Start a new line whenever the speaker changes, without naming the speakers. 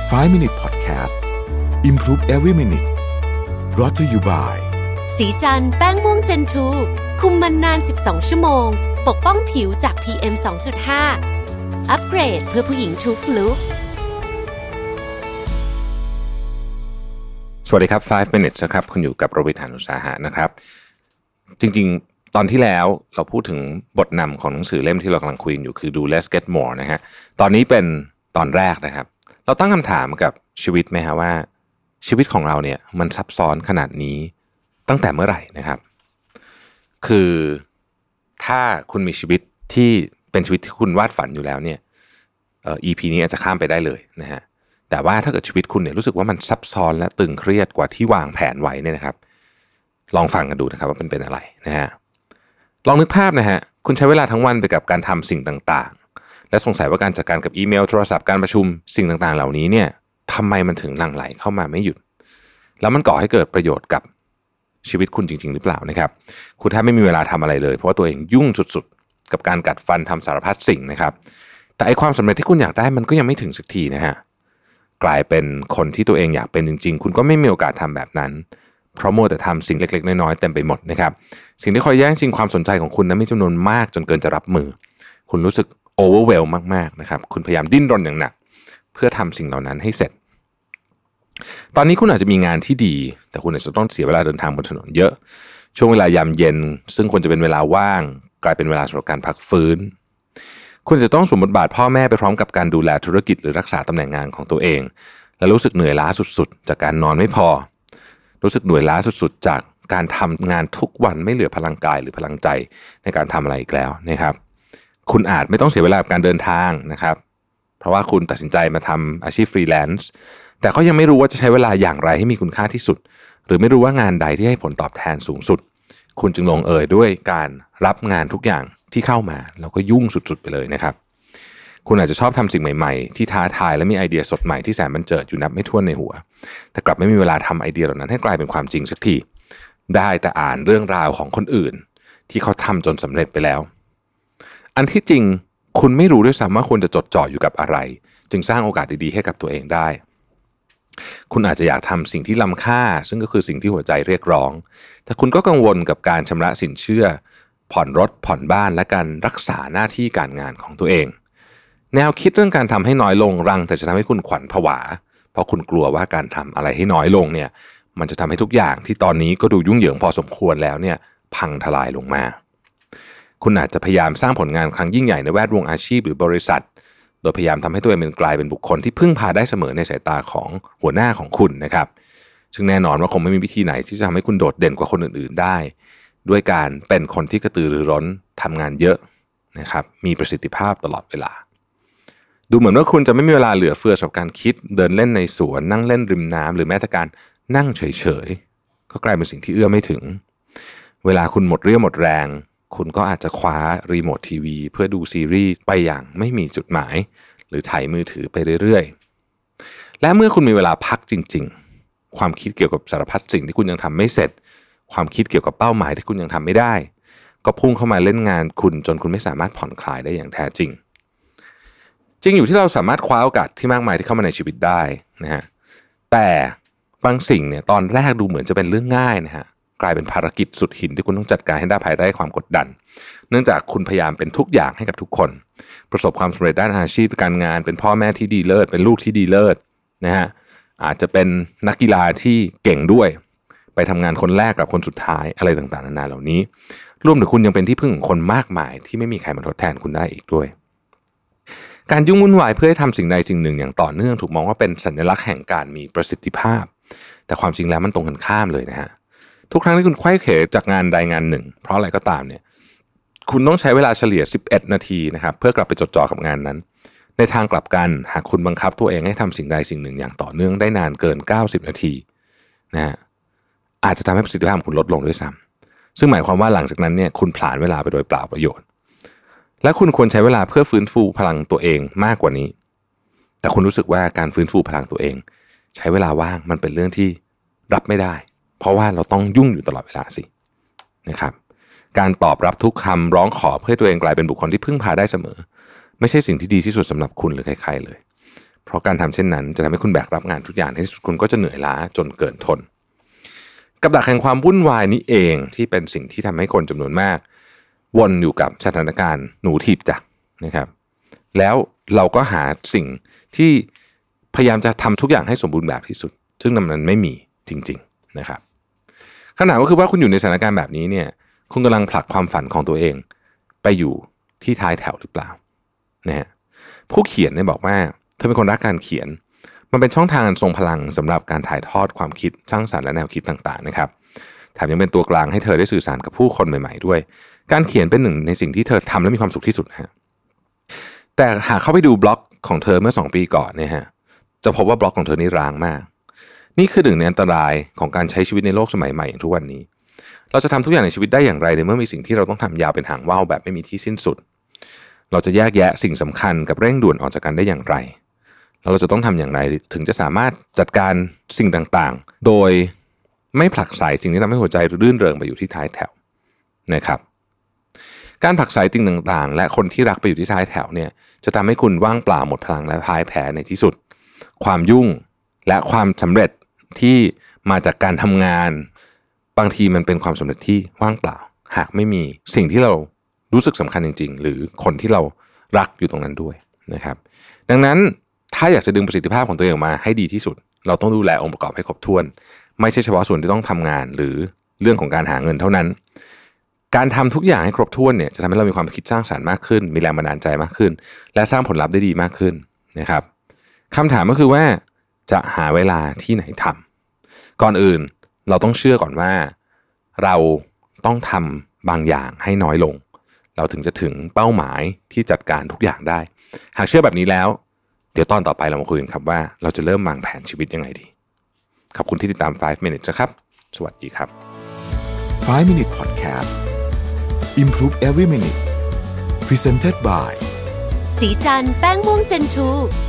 5 Minute Podcast Improve Every Minute brought to you by
สีจันแป้งม่วงเจนทูคุมมันนาน12ชั่วโมงปกป้องผิวจาก PM 2.5 อัปเกรดเพื่อผู้หญิงทุกลุค
สวัสดีครับ5 minutes นะครับคุณอยู่กับโรบิน หาญอุตสาหะนะครับจริงๆตอนที่แล้วเราพูดถึงบทนำของหนังสือเล่มที่เรากำลังคุยอยู่คือ Do Less Get More นะฮะตอนนี้เป็นตอนแรกนะครับเราตั้งคำถามกับชีวิตไหมฮะว่าชีวิตของเราเนี่ยมันซับซ้อนขนาดนี้ตั้งแต่เมื่อไหร่นะครับคือถ้าคุณมีชีวิตที่เป็นชีวิตที่คุณวาดฝันอยู่แล้วเนี่ยEP นี้อาจจะข้ามไปได้เลยนะฮะแต่ว่าถ้าเกิดชีวิตคุณเนี่ยรู้สึกว่ามันซับซ้อนและตึงเครียดกว่าที่วางแผนไว้เนี่ยนะครับลองฟังกันดูนะครับว่าเป็นอะไรนะฮะลองนึกภาพนะฮะคุณใช้เวลาทั้งวันไปกับการทำสิ่งต่างๆและสงสัยว่าการจัดการกับอีเมลโทรศัพท์การประชุมสิ่งต่างๆเหล่านี้เนี่ยทำไมมันถึงหลั่งไหลเข้ามาไม่หยุดแล้วมันก่อให้เกิดประโยชน์กับชีวิตคุณจริงๆหรือเปล่านะครับคุณแทบไม่มีเวลาทำอะไรเลยเพราะว่าตัวเองยุ่งสุดๆกับการกัดฟันทำสารพัดสิ่งนะครับแต่ไอความสำเร็จที่คุณอยากได้มันก็ยังไม่ถึงสักทีนะฮะกลายเป็นคนที่ตัวเองอยากเป็นจริงๆคุณก็ไม่มีโอกาสทำแบบนั้นเพราะมัวแต่ทำสิ่งเล็กๆน้อยๆเต็มไปหมดนะครับสิ่งที่คอยแย่งชิงความสนใจของคุณนั้นมีจำนวนมากจนเกินจะรับมือคุณรู้สึกโอเวอร์เวลมากๆนะครับคุณพยายามดิ้นรนอย่างหนักเพื่อทำสิ่งเหล่านั้นให้เสร็จตอนนี้คุณอาจจะมีงานที่ดีแต่คุณอาจจะต้องเสียเวลาเดินทางบนถนนเยอะช่วงเวลายามเย็นซึ่งควรจะเป็นเวลาว่างกลายเป็นเวลาสำหรับการพักฟื้นคุณจะต้องสวมบทบาทพ่อแม่ไปพร้อมกับการดูแลธุรกิจหรือรักษาตำแหน่งงานของตัวเองและรู้สึกเหนื่อยล้าสุดๆจากการนอนไม่พอรู้สึกเหนื่อยล้าสุดๆจากการทำงานทุกวันไม่เหลือพลังกายหรือพลังใจในการทำอะไรอีกแล้วนะครับคุณอาจไม่ต้องเสียเวลากับการเดินทางนะครับเพราะว่าคุณตัดสินใจมาทำอาชีพฟรีแลนซ์แต่ก็ยังไม่รู้ว่าจะใช้เวลาอย่างไรให้มีคุณค่าที่สุดหรือไม่รู้ว่างานใดที่ให้ผลตอบแทนสูงสุดคุณจึงลงเอยด้วยการรับงานทุกอย่างที่เข้ามาแล้วก็ยุ่งสุดๆไปเลยนะครับคุณอาจจะชอบทำสิ่งใหม่ๆที่ท้าทายและมีไอเดียสดใหม่ที่แสนบันเจิดอยู่นับไม่ถ้วนในหัวแต่กลับไม่มีเวลาทำไอเดียเหล่านั้นให้กลายเป็นความจริงสักทีได้แต่อ่านเรื่องราวของคนอื่นที่เขาทำจนสำเร็จไปแล้วอันที่จริงคุณไม่รู้ด้วยซ้ำว่าควรจะจดจ่ออยู่กับอะไรจึงสร้างโอกาสดีๆให้กับตัวเองได้คุณอาจจะอยากทำสิ่งที่ล้ำค่าซึ่งก็คือสิ่งที่หัวใจเรียกร้องแต่คุณก็กังวลกับการชำระสินเชื่อผ่อนรถผ่อนบ้านและการรักษาหน้าที่การงานของตัวเองแนวคิดเรื่องการทำให้น้อยลงรังแต่จะทำให้คุณขวัญผวาเพราะคุณกลัวว่าการทำอะไรให้น้อยลงเนี่ยมันจะทำให้ทุกอย่างที่ตอนนี้ก็ดูยุ่งเหยิงพอสมควรแล้วเนี่ยพังทลายลงมาคุณอาจจะพยายามสร้างผลงานครั้งยิ่งใหญ่ในแวดวงอาชีพหรือบริษัทโดยพยายามทำให้ตัวเองกลายเป็นบุคคลที่พึ่งพาได้เสมอในสายตาของหัวหน้าของคุณนะครับซึ่งแน่นอนว่าคงไม่มีวิธีไหนที่จะทำให้คุณโดดเด่นกว่าคนอื่นๆได้ด้วยการเป็นคนที่กระตือรือร้นทำงานเยอะนะครับมีประสิทธิภาพตลอดเวลาดูเหมือนว่าคุณจะไม่มีเวลาเหลือเฟือสำหรับการคิดเดินเล่นในสวนนั่งเล่นริมน้ำหรือแม้แต่การนั่งเฉยๆก็กลายเป็นสิ่งที่เอื้อไม่ถึงเวลาคุณหมดเรี่ยวหมดแรงคุณก็อาจจะคว้ารีโมททีวีเพื่อดูซีรีส์ไปอย่างไม่มีจุดหมายหรือถ่ายมือถือไปเรื่อยๆและเมื่อคุณมีเวลาพักจริงๆความคิดเกี่ยวกับสารพัดสิ่งที่คุณยังทำไม่เสร็จความคิดเกี่ยวกับเป้าหมายที่คุณยังทำไม่ได้ก็พุ่งเข้ามาเล่นงานคุณจนคุณไม่สามารถผ่อนคลายได้อย่างแท้จริงจริงอยู่ที่เราสามารถคว้าโอกาสที่มากมายที่เข้ามาในชีวิตได้นะฮะแต่บางสิ่งเนี่ยตอนแรกดูเหมือนจะเป็นเรื่องง่ายนะฮะกลายเป็นภารกิจสุดหินที่คุณต้องจัดการให้ได้ภายใต้ความกดดันเนื่องจากคุณพยายามเป็นทุกอย่างให้กับทุกคนประสบความสำเร็จด้านอาชีพการงานเป็นพ่อแม่ที่ดีเลิศเป็นลูกที่ดีเลิศนะฮะอาจจะเป็นนักกีฬาที่เก่งด้วยไปทำงานคนแรกกับคนสุดท้ายอะไรต่างๆนานาเหล่านี้รวมถึงคุณยังเป็นที่พึ่งของคนมากมายที่ไม่มีใครมาทดแทนคุณได้อีกด้วยการยุ่งวุ่นวายเพื่อให้ทำสิ่งใดสิ่งหนึ่งอย่างต่อเนื่องถูกมองว่าเป็นสัญลักษณ์แห่งการมีประสิทธิภาพแต่ความจริงแล้วมันตรงกันข้ามเลยนะฮะทุกครั้งที่คุณไขว้เขวจากงานใดงานหนึ่งเพราะอะไรก็ตามเนี่ยคุณต้องใช้เวลาเฉลี่ย11นาทีนะครับเพื่อกลับไปจดจ่อกับงานนั้นในทางกลับกันหากคุณบังคับตัวเองให้ทำสิ่งใดสิ่งหนึ่งอย่างต่อเนื่องได้นานเกิน90นาทีนะฮะอาจจะทำให้ประสิทธิภาพของคุณลดลงด้วยซ้ำซึ่งหมายความว่าหลังจากนั้นเนี่ยคุณผลาญเวลาไปโดยเปล่าประโยชน์และคุณควรใช้เวลาเพื่อฟื้นฟูพลังตัวเองมากกว่านี้แต่คุณรู้สึกว่าการฟื้นฟูพลังตัวเองใช้เวลาว่างมันเป็นเรื่องที่รับไม่ได้เพราะว่าเราต้องยุ่งอยู่ตลอดเวลาสินะครับการตอบรับทุกคำร้องขอเพื่อตัวเองกลายเป็นบุคคลที่พึ่งพาได้เสมอไม่ใช่สิ่งที่ดีที่สุดสำหรับคุณหรือใครๆเลยเพราะการทำเช่นนั้นจะทำให้คุณแบกรับงานทุกอย่างในที่สุดคุณก็จะเหนื่อยล้าจนเกินทนกับดักแห่งความวุ่นวายนี้เองที่เป็นสิ่งที่ทำให้คนจำนวนมากวนอยู่กับสถานการณ์หนูถีบจักรนะครับแล้วเราก็หาสิ่งที่พยายามจะทำทุกอย่างให้สมบูรณ์แบบที่สุดซึ่งมันไม่มีจริงๆนะครับขณะก็คือว่าคุณอยู่ในสถานการณ์แบบนี้เนี่ยคุณกำลังผลักความฝันของตัวเองไปอยู่ที่ท้ายแถวหรือเปล่านะฮะผู้เขียนเนี่ยบอกว่าเธอเป็นคนรักการเขียนมันเป็นช่องทางทรงพลังสำหรับการถ่ายทอดความคิดสร้างสรรค์และแนวคิดต่างๆนะครับแถมยังเป็นตัวกลางให้เธอได้สื่อสารกับผู้คนใหม่ๆด้วยการเขียนเป็นหนึ่งในสิ่งที่เธอทำและมีความสุขที่สุดฮะแต่หากเข้าไปดูบล็อกของเธอเมื่อ2 ปีก่อนเนี่ยฮะจะพบว่าบล็อกของเธอนี่ร้างมากนี่คือหนึ่งในอันตรายของการใช้ชีวิตในโลกสมัยใหม่อย่างทุกวันนี้เราจะทำทุกอย่างในชีวิตได้อย่างไรในเมื่อมีสิ่งที่เราต้องทำยาวเป็นหางว่าวแบบไม่มีที่สิ้นสุดเราจะแยกแยะสิ่งสำคัญกับเร่งด่วนออกจากกันได้อย่างไรเราจะต้องทำอย่างไรถึงจะสามารถจัดการสิ่งต่างๆโดยไม่ผลักไสสิ่งที่ทำให้หัวใจรื่นเริงไปอยู่ที่ท้ายแถวนะครับการผลักไสสิ่งต่างๆและคนที่รักไปอยู่ที่ท้ายแถวเนี่ยจะทำให้คุณว่างเปล่าหมดพลังและพ่ายแพ้ในที่สุดความยุ่งและความสำเร็จที่มาจากการทำงานบางทีมันเป็นความสำเร็จที่ว่างเปล่าหากไม่มีสิ่งที่เรารู้สึกสำคัญจริงๆหรือคนที่เรารักอยู่ตรงนั้นด้วยนะครับดังนั้นถ้าอยากจะดึงประสิทธิภาพของตัวเองออกมาให้ดีที่สุดเราต้องดูแลองค์ประกอบให้ครบถ้วนไม่ใช่เฉพาะส่วนที่ต้องทำงานหรือเรื่องของการหาเงินเท่านั้นการทำทุกอย่างให้ครบถ้วนเนี่ยจะทำให้เรามีความคิดสร้างสรรค์มากขึ้นมีแรงบันดาลใจมากขึ้นและสร้างผลลัพธ์ได้ดีมากขึ้นนะครับคำถามก็คือว่าจะหาเวลาที่ไหนทำก่อนอื่นเราต้องเชื่อก่อนว่าเราต้องทำบางอย่างให้น้อยลงเราถึงจะถึงเป้าหมายที่จัดการทุกอย่างได้หากเชื่อแบบนี้แล้วเดี๋ยวตอนต่อไปเรามาคุยกันครับว่าเราจะเริ่มวางแผนชีวิตยังไงดีขอบคุณที่ติดตาม5 minutes นะครับสวัสดีครับ
5 minute podcast Improve every minute Presented by
สีจันทร์แป้งม่วงเจนทู